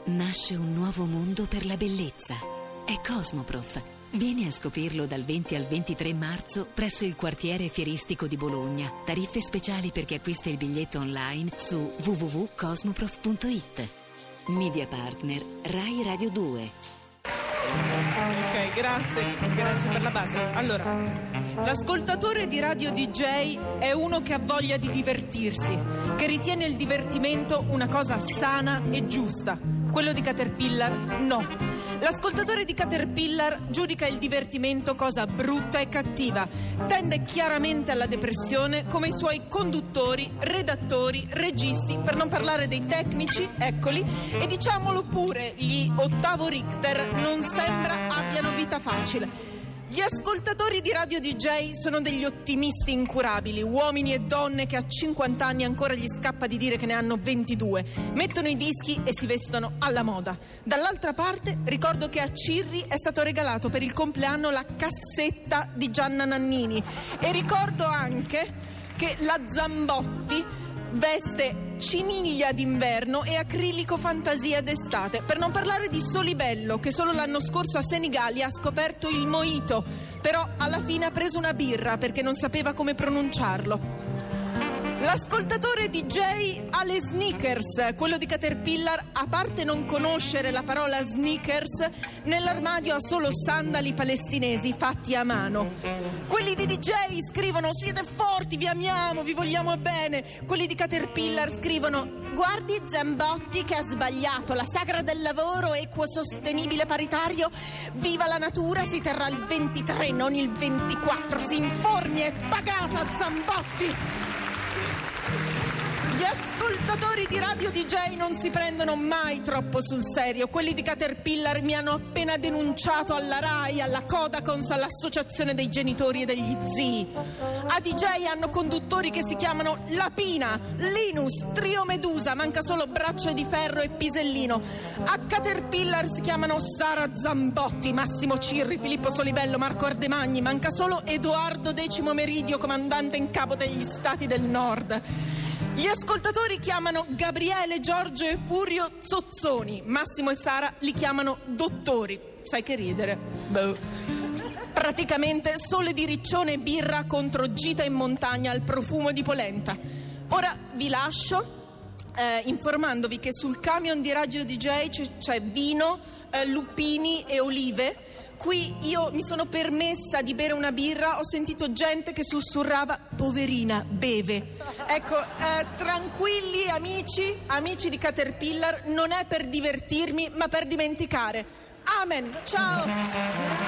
Nasce un nuovo mondo per la bellezza. È Cosmoprof. Vieni a scoprirlo dal 20 al 23 marzo presso il quartiere fieristico di Bologna. Tariffe speciali per chi acquista il biglietto online su www.cosmoprof.it. Media partner Rai Radio 2. Ok, grazie per la base. Allora, l'ascoltatore di Radio DJ è uno che ha voglia di divertirsi, che ritiene il divertimento una cosa sana e giusta. Quello di Caterpillar no. L'ascoltatore di Caterpillar giudica il divertimento cosa brutta e cattiva. Tende chiaramente alla depressione, come i suoi conduttori, redattori, registi, per non parlare dei tecnici, eccoli, e diciamolo pure, gli Ottavo Richter non sembra abbiano vita facile. Gli ascoltatori di Radio DJ sono degli ottimisti incurabili, uomini e donne che a 50 anni ancora gli scappa di dire che ne hanno 22. Mettono i dischi e si vestono alla moda. Dall'altra parte ricordo che a Cirri è stato regalato per il compleanno la cassetta di Gianna Nannini, e ricordo anche che la Zambotti veste ciniglia d'inverno e acrilico fantasia d'estate, per non parlare di Solibello, che solo l'anno scorso a Senigallia ha scoperto il mojito, però alla fine ha preso una birra perché non sapeva come pronunciarlo. L'ascoltatore DJ ha le sneakers. Quello di Caterpillar, a parte non conoscere la parola sneakers, nell'armadio ha solo sandali palestinesi fatti a mano. Quelli di DJ scrivono: siete forti, vi amiamo, vi vogliamo bene. Quelli di Caterpillar scrivono: guardi Zambotti che ha sbagliato, la sagra del lavoro equo, sostenibile, paritario, viva la natura, si terrà il 23 non il 24, si informi, è pagata Zambotti. Gli ascoltatori di Radio DJ non si prendono mai troppo sul serio. Quelli di Caterpillar mi hanno appena denunciato alla Rai, alla Codacons, all'Associazione dei Genitori e degli Zii. A DJ hanno conduttori che si chiamano Lapina, Linus, Trio Medusa, manca solo Braccio di Ferro e Pisellino. A Caterpillar si chiamano Sara Zambotti, Massimo Cirri, Filippo Solibello, Marco Ardemagni, manca solo Edoardo X Meridio, comandante in capo degli Stati del Nord. Gli ascoltatori chiamano Gabriele, Giorgio e Furio Zozzoni. Massimo e Sara li chiamano dottori. Sai che ridere? Boh. Praticamente sole di riccione e birra contro gita in montagna al profumo di polenta. Ora vi lascio informandovi che sul camion di Radio DJ c'è vino, lupini e olive. Qui io mi sono permessa di bere una birra, ho sentito gente che sussurrava: poverina, beve. Ecco, tranquilli amici di Caterpillar, non è per divertirmi ma per dimenticare. Amen, ciao.